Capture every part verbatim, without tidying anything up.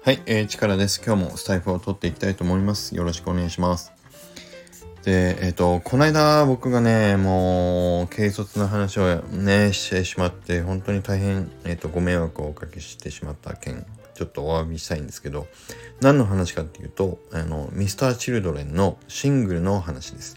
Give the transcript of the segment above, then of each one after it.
はい、えー、力です。今日もスタイフを取っていきたいと思います。よろしくお願いします。で、えっ、ー、と、この間僕がね、もう、軽率な話をね、してしまって、本当に大変、えっ、ー、と、ご迷惑をおかけしてしまった件、ちょっとお詫びしたいんですけど、何の話かっていうと、あの、ミスターチルドレンのシングルの話です。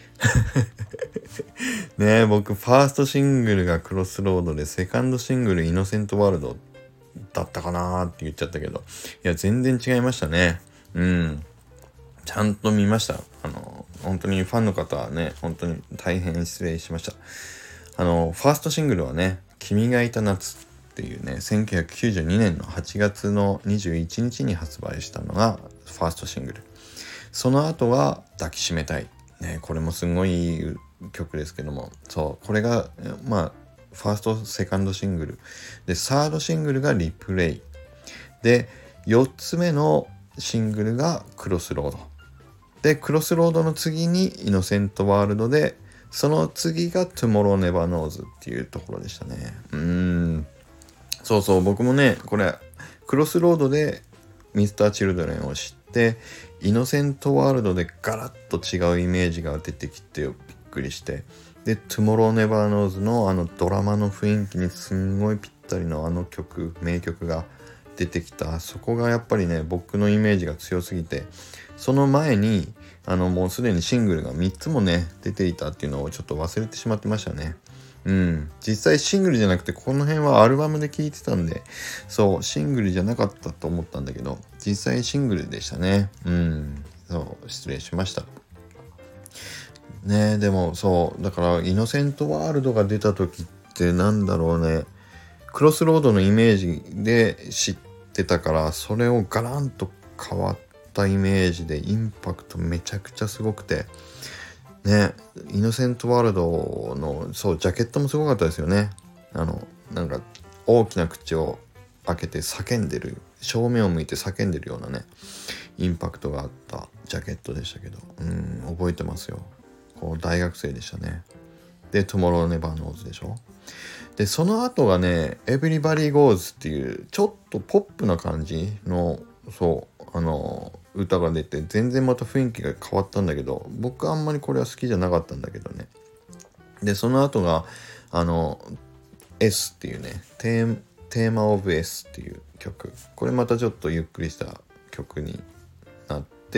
ね、僕、ファーストシングルがクロスロードで、セカンドシングルイノセントワールドだったかなーって言っちゃったけど、いや、全然違いましたね。うん。ちゃんと見ました。あの、本当にファンの方はね、本当に大変失礼しました。あの、ファーストシングルはね、君がいた夏っていうね、せんきゅうひゃくきゅうじゅうにねんのはちがつのにじゅういちにちに発売したのがファーストシングル。その後は抱きしめたい。ね、これもすごいいい曲ですけども、そう、これが、まあ、ファースト、セカンドシングル。で、サードシングルがリプレイ。で、よっつめのシングルがクロスロード。で、クロスロードの次にイノセントワールドで、その次が Tomorrow Never Knows っていうところでしたね。うーん。そうそう、僕もね、これ、クロスロードでミスターチルドレンを知って、イノセントワールドでガラッと違うイメージが出てきてびっくりして、で、Tomorrow Never Knows のあのドラマの雰囲気にすんごいぴったりのあの曲、名曲が出てきた。そこがやっぱりね、僕のイメージが強すぎて、その前に、あの、もうすでにシングルがみっつもね、出ていたっていうのをちょっと忘れてしまってましたね。うん。実際シングルじゃなくて、この辺はアルバムで聴いてたんで、そう、シングルじゃなかったと思ったんだけど、実際シングルでしたね。うん。そう、失礼しました。ねえ、でもそう、だから、イノセントワールドが出た時ってなんだろうね、クロスロードのイメージで知ってたから、それをガランと変わったイメージでインパクトめちゃくちゃすごくて、ね、イノセントワールドの、そう、ジャケットもすごかったですよね。あの、なんか、大きな口を開けて叫んでる、正面を向いて叫んでるようなね、インパクトがあったジャケットでしたけど、うん、覚えてますよ。こう大学生でしたね。で、Tomorrow Never Knows でしょ。で、その後がね、Everybody Goes っていう、ちょっとポップな感じの、そう、あの、歌が出て、全然また雰囲気が変わったんだけど、僕あんまりこれは好きじゃなかったんだけどね。で、その後が、あの、S っていうね、テーテーマオブ S っていう曲。これまたちょっとゆっくりした曲になって、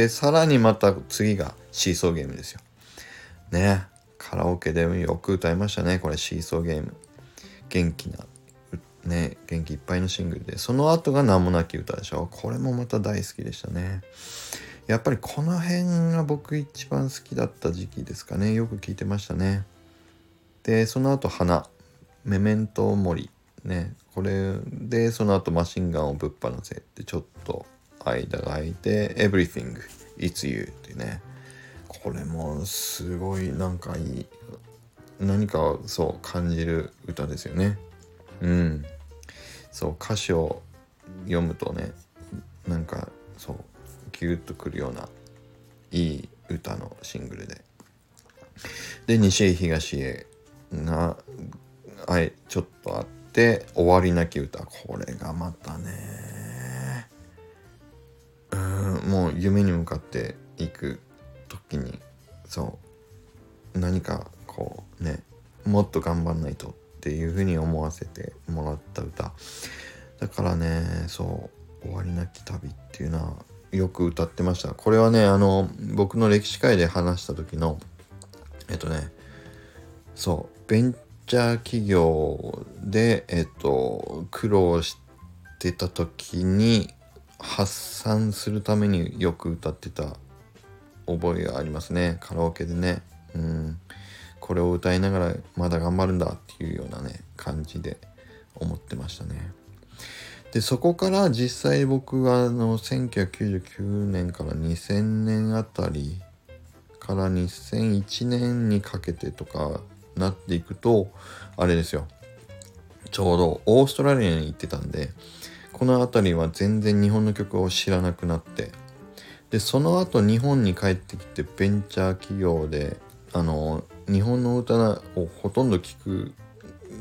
さらにまた次がシーソーゲームですよ。ね、カラオケでよく歌いましたね、これシーソーゲーム。元気な、ね、元気いっぱいのシングルで、その後が名もなき歌でしょ。これもまた大好きでしたね。やっぱりこの辺が僕一番好きだった時期ですかね。よく聴いてましたね。で、その後花、メメントモリ、ね、これでその後マシンガンをぶっ放せってちょっと間が空いて Everything It's You ってね、これもすごいなんかいい、何かそう感じる歌ですよね。うん。そう、歌詞を読むとね、なんかそうギュッとくるようないい歌のシングルで、で西へ東へがあいちょっとあって、終わりなき歌、これがまたね、うーん、もう夢に向かっていく時に、そう何かこうね、もっと頑張んないとっていう風に思わせてもらった歌だからね。そう、終わりなき旅っていうのはよく歌ってました。これはね、あの僕の歴史会で話した時のえっとねそうベンチャー企業でえっと苦労してた時に発散するためによく歌ってた覚えがありますね、カラオケでね。うん、これを歌いながらまだ頑張るんだっていうようなね感じで思ってましたね。で、そこから実際僕があのせんきゅうひゃくきゅうじゅうきゅうねんからにせんねんあたりからにせんいちねんにかけてとかなっていくと、あれですよ、ちょうどオーストラリアに行ってたんで、このあたりは全然日本の曲を知らなくなって、でその後日本に帰ってきてベンチャー企業であの日本の歌をほとんど聞く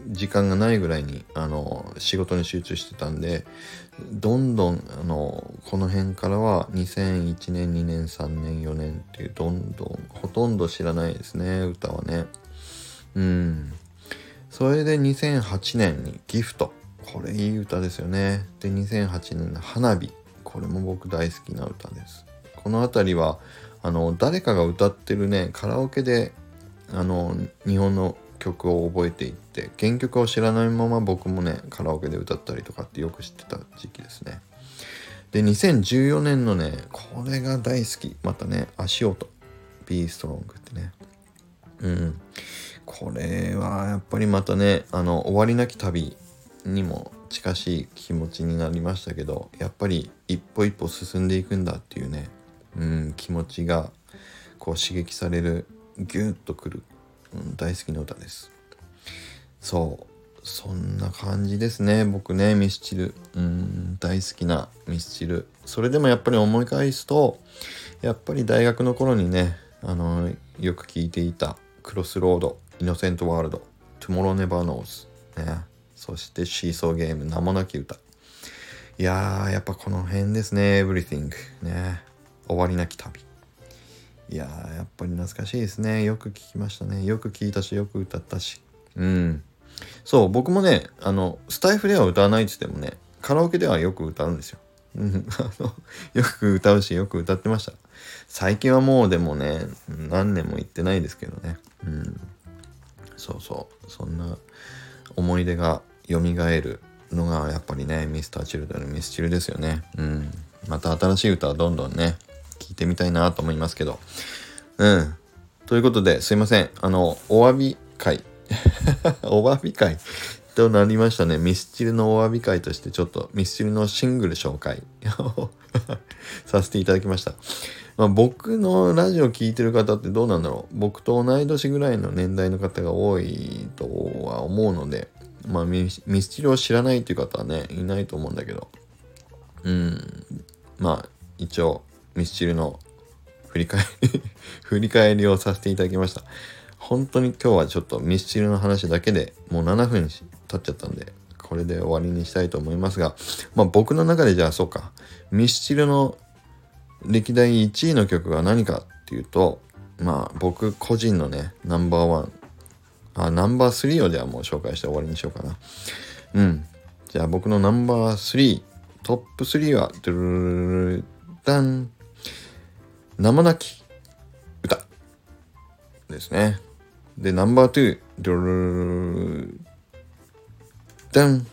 時間がないぐらいにあの仕事に集中してたんで、どんどんあのこの辺からはにせんいちねんにねんさんねんよねんっていうどんどんほとんど知らないですね、歌はね。うんそれでにせんはちねんにギフト、これいい歌ですよね。でにせんはちねんの花火、これも僕大好きな歌です。このあたりはあの誰かが歌ってるねカラオケであの日本の曲を覚えていって、原曲を知らないまま僕もねカラオケで歌ったりとかってよく知ってた時期ですね。でにせんじゅうよねんのねこれが大好き、またね足音 Be Strong ってね、うんこれはやっぱりまたねあの終わりなき旅にも近しい気持ちになりましたけど、やっぱり一歩一歩進んでいくんだっていうね、うん気持ちがこう刺激される、ギュッとくる、うん、大好きな歌です。そうそんな感じですね僕ね。ミスチル、うん大好きなミスチル。それでもやっぱり思い返すと、やっぱり大学の頃にねあのよく聴いていたクロスロード、イノセントワールド、トゥモローネバーノーズね、そしてシーソーゲーム、名もなき歌。いやーやっぱこの辺ですね。 Everything ね、終わりなき旅。いやーやっぱり懐かしいですね。よく聞きましたね。よく聞いたしよく歌ったし、うんそう僕もねあのスタイフでは歌わないって言ってもねカラオケではよく歌うんですよ。うんあのよく歌うしよく歌ってました。最近はもうでもね何年も行ってないですけどね。うんそうそうそんな思い出が蘇るのがやっぱりねミスターチルドレンミスチルですよね。うんまた新しい歌はどんどんね聞いてみたいなと思いますけど、うんということですいませんあのお詫び会お詫び会となりましたね。ミスチルのお詫び会としてちょっとミスチルのシングル紹介をさせていただきました。まあ、僕のラジオ聞いてる方ってどうなんだろう。僕と同い年ぐらいの年代の方が多いとは思うので、まあミス、ミスチルを知らないという方はねいないと思うんだけど、うんまあ一応ミスチルの振り返り振り返りをさせていただきました。本当に今日はちょっとミスチルの話だけでもうななふん経っちゃったんで、これで終わりにしたいと思いますが、まあ僕の中でじゃあそうか、ミスチルの歴代いちいの曲が何かっていうと、まあ僕個人のねナンバーワン、あナンバースリーをじゃあもう紹介して終わりにしようかな。うんじゃあ僕のナンバースリー、トップスリーはドゥルルルルダン、名もなき歌ですね。でナンバーツー、ドゥルルルルダン、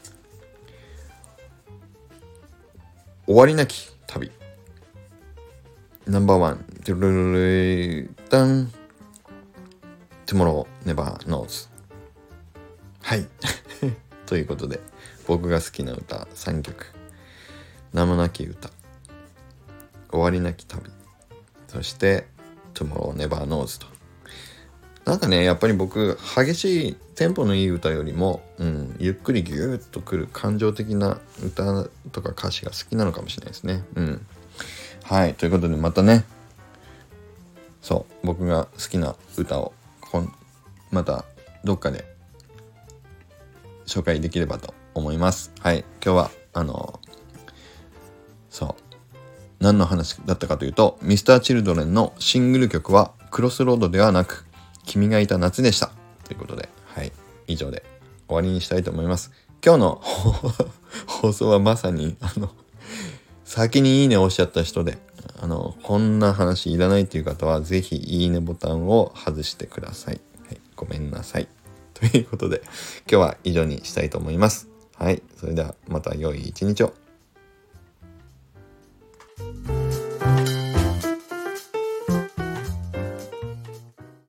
終わりなき旅。ナンバーワン、ドゥルルルルダン、Tomorrow Never Knows。はいということで僕が好きな歌さんきょく、名もなき歌、終わりなき旅、そして Tomorrow Never Knows と、なんかねやっぱり僕激しいテンポのいい歌よりも、うん、ゆっくりギューッとくる感情的な歌とか歌詞が好きなのかもしれないですね。うんはいということでまたね、そう僕が好きな歌をこんまたどっかで紹介できればと思います。はい今日はあのそう何の話だったかというと、ミスターチルドレンのシングル曲はクロスロードではなく君がいた夏でしたということで、はい以上で終わりにしたいと思います。今日の放送はまさにあの先にいいねを押しちゃった人で、あのこんな話いらないという方はぜひいいねボタンを外してください。はい、ごめんなさいということで今日は以上にしたいと思います。はいそれではまた良い一日を。